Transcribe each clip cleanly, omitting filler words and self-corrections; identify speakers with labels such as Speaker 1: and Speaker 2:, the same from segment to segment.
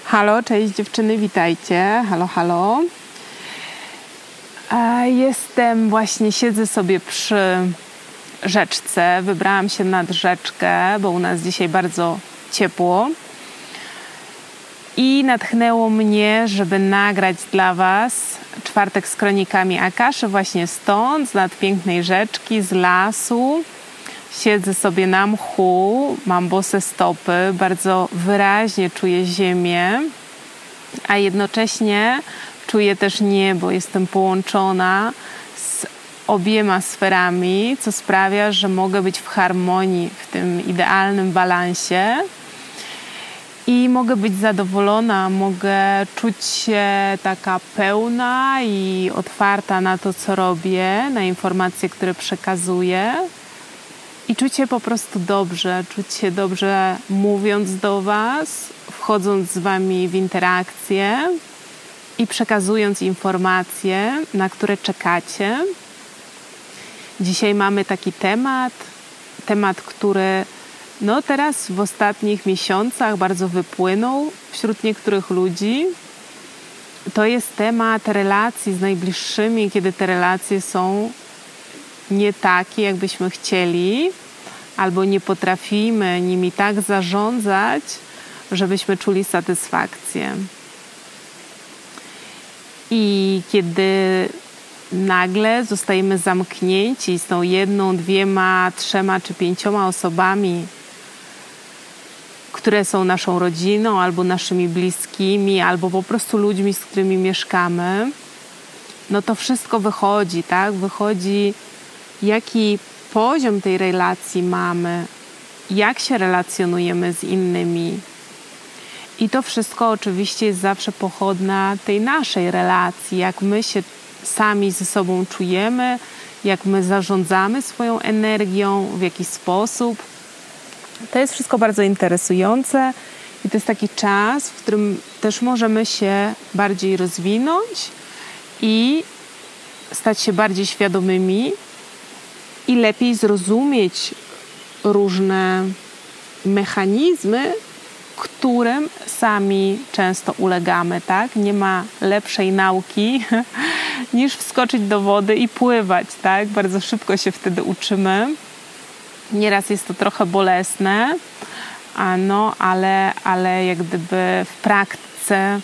Speaker 1: Halo, cześć dziewczyny, witajcie. Halo, halo. Siedzę sobie przy rzeczce. Wybrałam się nad rzeczkę, bo u nas dzisiaj bardzo ciepło. I natchnęło mnie, żeby nagrać dla Was czwartek z kronikami Akaszy właśnie stąd, z nad pięknej rzeczki, z lasu. Siedzę sobie na mchu, mam bose stopy, bardzo wyraźnie czuję ziemię, a jednocześnie czuję też niebo. Jestem połączona z obiema sferami, co sprawia, że mogę być w harmonii, w tym idealnym balansie i mogę być zadowolona, mogę czuć się taka pełna i otwarta na to, co robię, na informacje, które przekazuję. I czuć się po prostu dobrze, czuć się dobrze mówiąc do Was, wchodząc z Wami w interakcje i przekazując informacje, na które czekacie. Dzisiaj mamy taki temat, który teraz w ostatnich miesiącach bardzo wypłynął wśród niektórych ludzi. To jest temat relacji z najbliższymi, kiedy te relacje są nie takie, jakbyśmy chcieli, albo nie potrafimy nimi tak zarządzać, żebyśmy czuli satysfakcję. I kiedy nagle zostajemy zamknięci z tą 1, 2, 3 czy 5 osobami, które są naszą rodziną, albo naszymi bliskimi, albo po prostu ludźmi, z którymi mieszkamy, to wszystko wychodzi, tak? Wychodzi, jaki poziom tej relacji mamy, jak się relacjonujemy z innymi. I to wszystko oczywiście jest zawsze pochodna tej naszej relacji, jak my się sami ze sobą czujemy, jak my zarządzamy swoją energią, w jaki sposób. To jest wszystko bardzo interesujące i to jest taki czas, w którym też możemy się bardziej rozwinąć i stać się bardziej świadomymi i lepiej zrozumieć różne mechanizmy, którym sami często ulegamy, tak? Nie ma lepszej nauki niż wskoczyć do wody i pływać, tak? Bardzo szybko się wtedy uczymy. Nieraz jest to trochę bolesne, ale jak gdyby w praktyce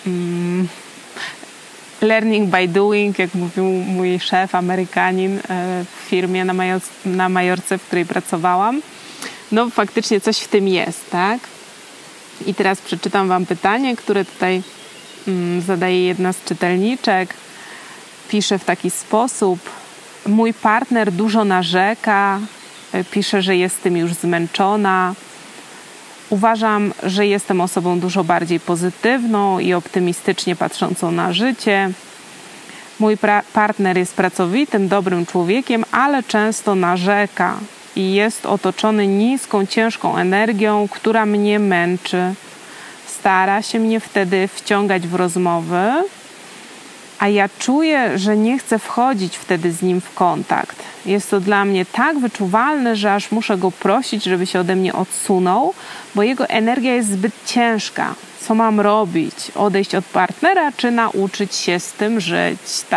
Speaker 1: learning by doing, jak mówił mój szef, Amerykanin w firmie na Majorce, w której pracowałam, faktycznie coś w tym jest, tak? I teraz przeczytam Wam pytanie, które tutaj zadaje jedna z czytelniczek. Pisze w taki sposób: mój partner dużo narzeka, pisze, że jest tym już zmęczona. Uważam, że jestem osobą dużo bardziej pozytywną i optymistycznie patrzącą na życie. Mój partner jest pracowitym, dobrym człowiekiem, ale często narzeka i jest otoczony niską, ciężką energią, która mnie męczy. Stara się mnie wtedy wciągać w rozmowy, a ja czuję, że nie chcę wchodzić wtedy z nim w kontakt. Jest to dla mnie tak wyczuwalne, że aż muszę go prosić, żeby się ode mnie odsunął, bo jego energia jest zbyt ciężka. Co mam robić? Odejść od partnera, czy nauczyć się z tym żyć?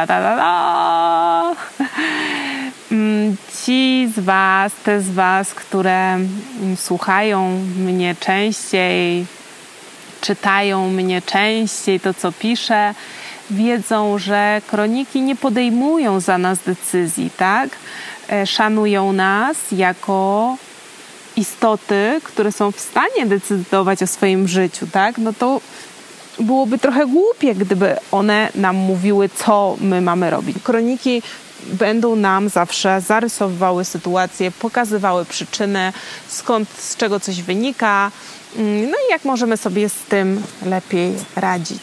Speaker 1: Te z Was, które słuchają mnie częściej, czytają mnie częściej, to co piszę, wiedzą, że kroniki nie podejmują za nas decyzji, tak? Szanują nas jako istoty, które są w stanie decydować o swoim życiu, tak? To byłoby trochę głupie, gdyby one nam mówiły, co my mamy robić. Kroniki będą nam zawsze zarysowywały sytuację, pokazywały przyczyny, z czego coś wynika, i jak możemy sobie z tym lepiej radzić.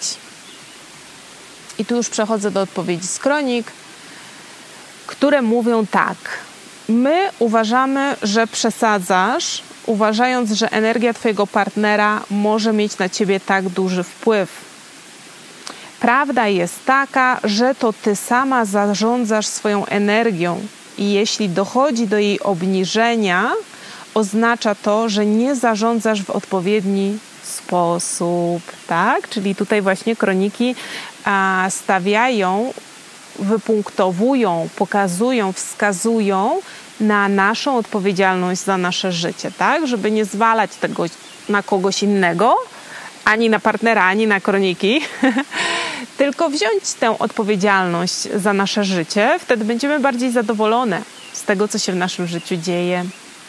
Speaker 1: I tu już przechodzę do odpowiedzi z kronik, które mówią tak. My uważamy, że przesadzasz, uważając, że energia Twojego partnera może mieć na Ciebie tak duży wpływ. Prawda jest taka, że to Ty sama zarządzasz swoją energią i jeśli dochodzi do jej obniżenia, oznacza to, że nie zarządzasz w odpowiedni sposób, tak? Czyli tutaj właśnie kroniki stawiają, wypunktowują, pokazują, wskazują na naszą odpowiedzialność za nasze życie, tak? Żeby nie zwalać tego na kogoś innego, ani na partnera, ani na kroniki, tylko wziąć tę odpowiedzialność za nasze życie. Wtedy będziemy bardziej zadowolone z tego, co się w naszym życiu dzieje.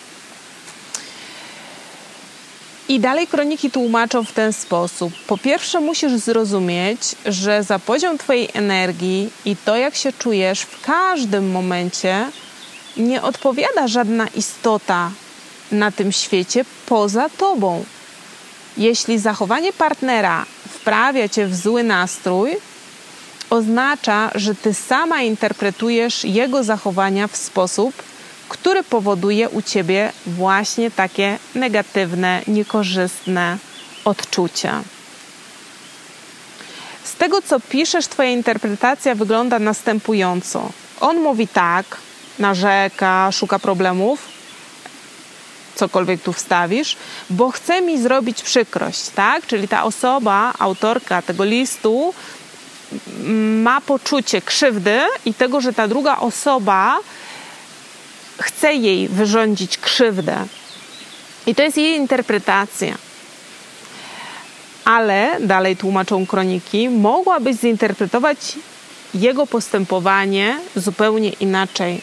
Speaker 1: I dalej kroniki tłumaczą w ten sposób. Po pierwsze, musisz zrozumieć, że za poziom twojej energii i to, jak się czujesz w każdym momencie, nie odpowiada żadna istota na tym świecie poza tobą. Jeśli zachowanie partnera wprawia cię w zły nastrój, oznacza, że ty sama interpretujesz jego zachowania w sposób, który powoduje u ciebie właśnie takie negatywne, niekorzystne odczucia. Z tego, co piszesz, twoja interpretacja wygląda następująco. On mówi tak, narzeka, szuka problemów, cokolwiek tu wstawisz, bo chce mi zrobić przykrość, tak? Czyli ta osoba, autorka tego listu ma poczucie krzywdy i tego, że ta druga osoba chce jej wyrządzić krzywdę. I to jest jej interpretacja. Ale, dalej tłumaczą kroniki, mogłabyś zinterpretować jego postępowanie zupełnie inaczej.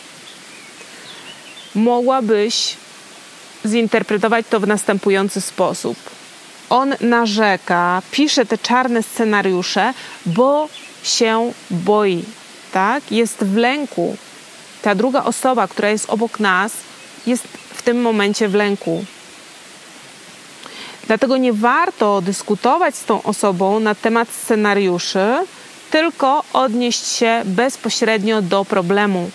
Speaker 1: Mogłabyś zinterpretować to w następujący sposób. On narzeka, pisze te czarne scenariusze, bo się boi, tak? Jest w lęku. Ta druga osoba, która jest obok nas, jest w tym momencie w lęku. Dlatego nie warto dyskutować z tą osobą na temat scenariuszy, tylko odnieść się bezpośrednio do problemu.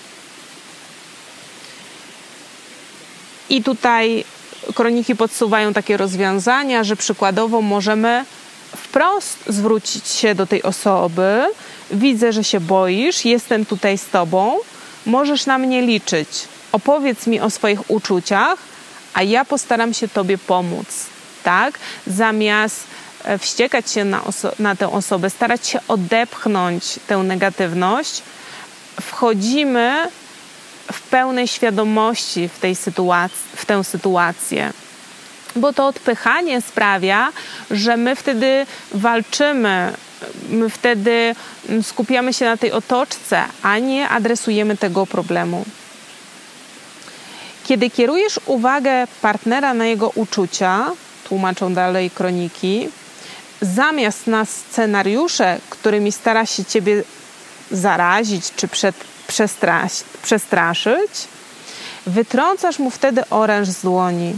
Speaker 1: I tutaj kroniki podsuwają takie rozwiązania, że przykładowo możemy wprost zwrócić się do tej osoby. Widzę, że się boisz, jestem tutaj z tobą, możesz na mnie liczyć. Opowiedz mi o swoich uczuciach, a ja postaram się tobie pomóc, tak? Zamiast wściekać się na tę osobę, starać się odepchnąć tę negatywność, wchodzimy w pełnej świadomości w tę sytuację. Bo to odpychanie sprawia, że my wtedy walczymy, my wtedy skupiamy się na tej otoczce, a nie adresujemy tego problemu. Kiedy kierujesz uwagę partnera na jego uczucia, tłumaczą dalej kroniki, zamiast na scenariusze, którymi stara się ciebie zarazić czy przestraszyć, wytrącasz mu wtedy oręż z dłoni.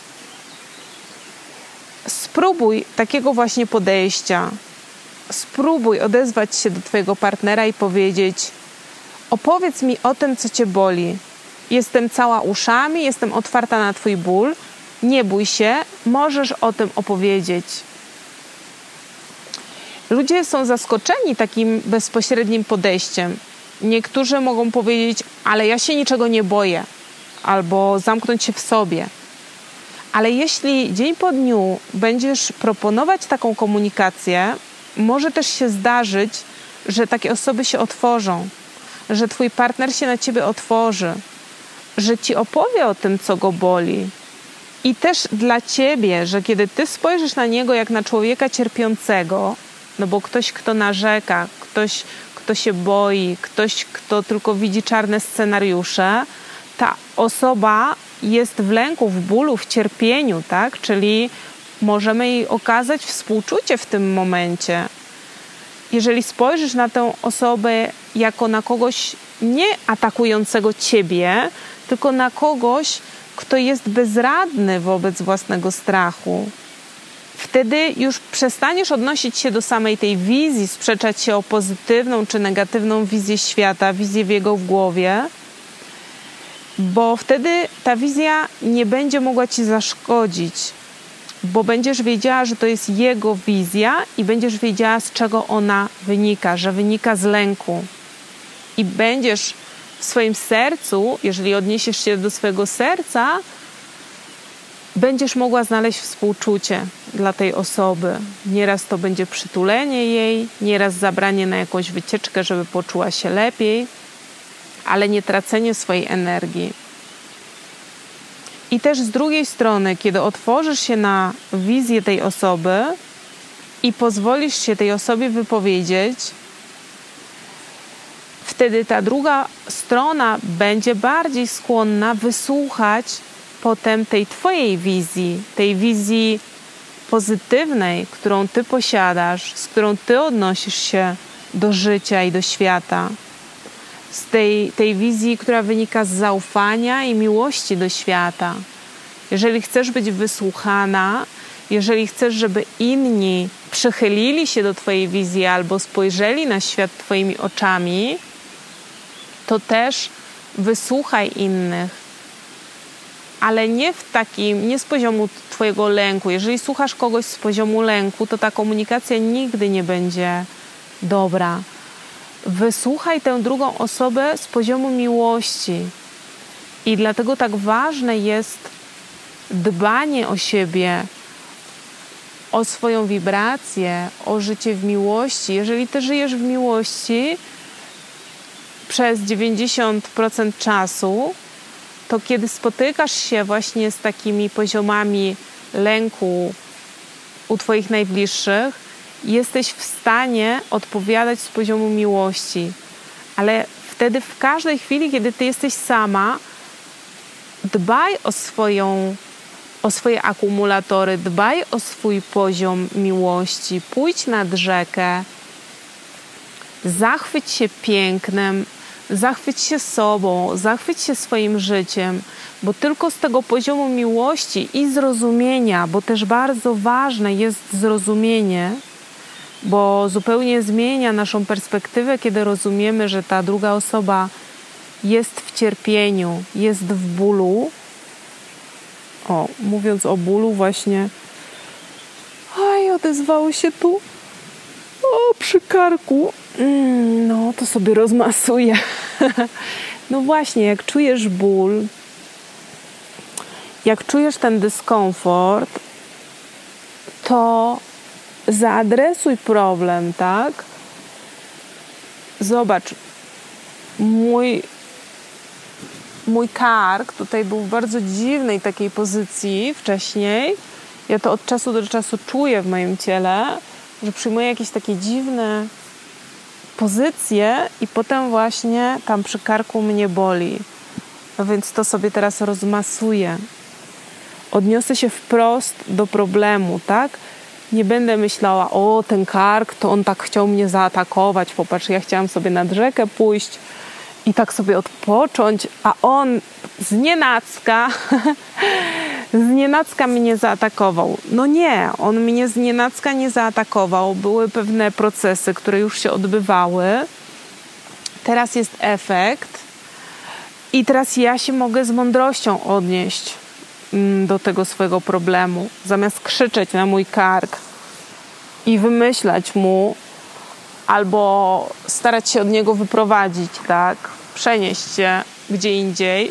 Speaker 1: Spróbuj takiego właśnie podejścia. Spróbuj odezwać się do twojego partnera i powiedzieć: opowiedz mi o tym, co cię boli. Jestem cała uszami, jestem otwarta na twój ból. Nie bój się, możesz o tym opowiedzieć. Ludzie są zaskoczeni takim bezpośrednim podejściem. Niektórzy mogą powiedzieć: ale ja się niczego nie boję, albo zamknąć się w sobie. Ale jeśli dzień po dniu będziesz proponować taką komunikację, może też się zdarzyć, że takie osoby się otworzą, że twój partner się na ciebie otworzy, że ci opowie o tym, co go boli. I też dla ciebie, że kiedy ty spojrzysz na niego jak na człowieka cierpiącego, no bo ktoś, kto narzeka, ktoś, kto się boi, ktoś, kto tylko widzi czarne scenariusze, ta osoba jest w lęku, w bólu, w cierpieniu, tak? Czyli możemy jej okazać współczucie w tym momencie. Jeżeli spojrzysz na tę osobę jako na kogoś nie atakującego ciebie, tylko na kogoś, kto jest bezradny wobec własnego strachu, wtedy już przestaniesz odnosić się do samej tej wizji, sprzeczać się o pozytywną czy negatywną wizję świata, wizję w jego głowie, bo wtedy ta wizja nie będzie mogła ci zaszkodzić, bo będziesz wiedziała, że to jest jego wizja i będziesz wiedziała, z czego ona wynika, że wynika z lęku. I będziesz w swoim sercu, jeżeli odniesiesz się do swojego serca, będziesz mogła znaleźć współczucie dla tej osoby. Nieraz to będzie przytulenie jej, nieraz zabranie na jakąś wycieczkę, żeby poczuła się lepiej, ale nie tracenie swojej energii. I też z drugiej strony, kiedy otworzysz się na wizję tej osoby i pozwolisz się tej osobie wypowiedzieć, wtedy ta druga strona będzie bardziej skłonna wysłuchać potem tej wizji pozytywnej, którą ty posiadasz, z którą ty odnosisz się do życia i do świata. Z tej wizji, która wynika z zaufania i miłości do świata. Jeżeli chcesz być wysłuchana, jeżeli chcesz, żeby inni przychylili się do twojej wizji albo spojrzeli na świat twoimi oczami, to też wysłuchaj innych. Ale nie z poziomu twojego lęku. Jeżeli słuchasz kogoś z poziomu lęku, to ta komunikacja nigdy nie będzie dobra. Wysłuchaj tę drugą osobę z poziomu miłości. I dlatego tak ważne jest dbanie o siebie, o swoją wibrację, o życie w miłości. Jeżeli ty żyjesz w miłości przez 90% czasu, to kiedy spotykasz się właśnie z takimi poziomami lęku u twoich najbliższych, jesteś w stanie odpowiadać z poziomu miłości. Ale wtedy w każdej chwili, kiedy ty jesteś sama, dbaj o swoje akumulatory, dbaj o swój poziom miłości. Pójdź nad rzekę, zachwyć się pięknem, zachwyć się sobą, zachwyć się swoim życiem, bo tylko z tego poziomu miłości i zrozumienia, bo też bardzo ważne jest zrozumienie, bo zupełnie zmienia naszą perspektywę, kiedy rozumiemy, że ta druga osoba jest w cierpieniu, jest w bólu. O, mówiąc o bólu właśnie, odezwało się tu, przy karku. No, to sobie rozmasuję. No właśnie, jak czujesz ból, jak czujesz ten dyskomfort, to zaadresuj problem, tak? Zobacz, mój kark tutaj był w bardzo dziwnej takiej pozycji wcześniej. Ja to od czasu do czasu czuję w moim ciele, że przyjmuję jakieś takie dziwne pozycje i potem właśnie tam przy karku mnie boli. No więc to sobie teraz rozmasuję. Odniosę się wprost do problemu, tak? Nie będę myślała, ten kark, to on tak chciał mnie zaatakować. Popatrz, ja chciałam sobie nad rzekę pójść i tak sobie odpocząć, a on znienacka mnie zaatakował. No nie, on mnie znienacka nie zaatakował. Były pewne procesy, które już się odbywały. Teraz jest efekt i teraz ja się mogę z mądrością odnieść do tego swojego problemu. Zamiast krzyczeć na mój kark i wymyślać mu albo starać się od niego wyprowadzić, tak? Przenieść się gdzie indziej,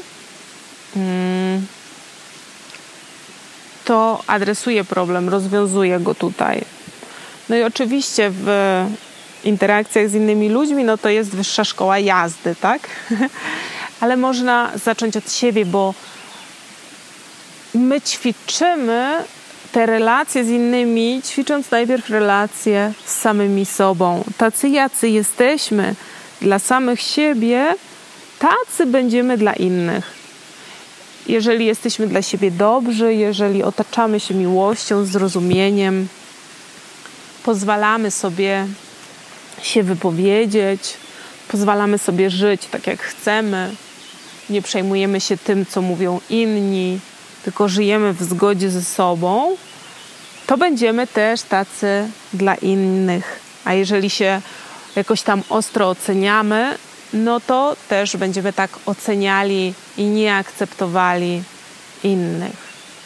Speaker 1: to adresuję problem, rozwiązuję go tutaj. No i oczywiście w interakcjach z innymi ludźmi, no to jest wyższa szkoła jazdy, tak? Ale można zacząć od siebie, bo my ćwiczymy te relacje z innymi, ćwicząc najpierw relacje z samymi sobą. Tacy, jacy jesteśmy dla samych siebie, tacy będziemy dla innych. Jeżeli jesteśmy dla siebie dobrzy, jeżeli otaczamy się miłością, zrozumieniem, pozwalamy sobie się wypowiedzieć, pozwalamy sobie żyć tak, jak chcemy, nie przejmujemy się tym, co mówią inni, tylko żyjemy w zgodzie ze sobą, to będziemy też tacy dla innych. A jeżeli się jakoś tam ostro oceniamy, no to też będziemy tak oceniali i nie akceptowali innych.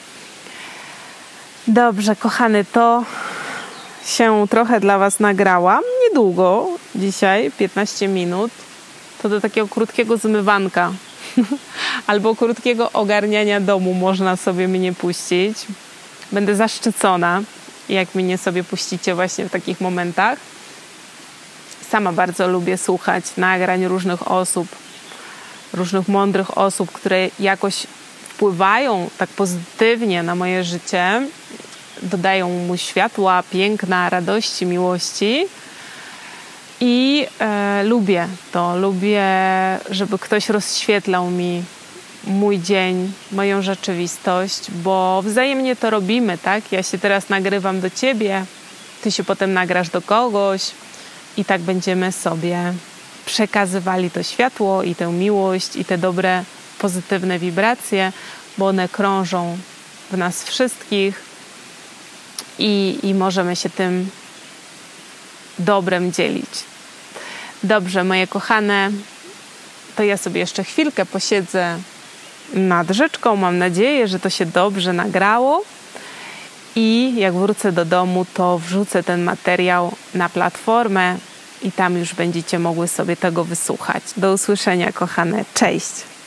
Speaker 1: Dobrze, kochany, to się trochę dla Was nagrałam. Niedługo, dzisiaj, 15 minut. To do takiego krótkiego zmywanka albo krótkiego ogarniania domu można sobie mnie puścić. Będę zaszczycona, jak mnie sobie puścicie właśnie w takich momentach. Sama bardzo lubię słuchać nagrań różnych osób, różnych mądrych osób, które jakoś wpływają tak pozytywnie na moje życie, dodają mu światła, piękna, radości, miłości. I lubię to. Lubię, żeby ktoś rozświetlał mi mój dzień, moją rzeczywistość, bo wzajemnie to robimy, tak? Ja się teraz nagrywam do ciebie, ty się potem nagrasz do kogoś i tak będziemy sobie przekazywali to światło i tę miłość i te dobre, pozytywne wibracje, bo one krążą w nas wszystkich i możemy się tym dobrem dzielić. Dobrze, moje kochane, to ja sobie jeszcze chwilkę posiedzę nad rzeczką. Mam nadzieję, że to się dobrze nagrało i jak wrócę do domu, to wrzucę ten materiał na platformę i tam już będziecie mogły sobie tego wysłuchać. Do usłyszenia, kochane. Cześć!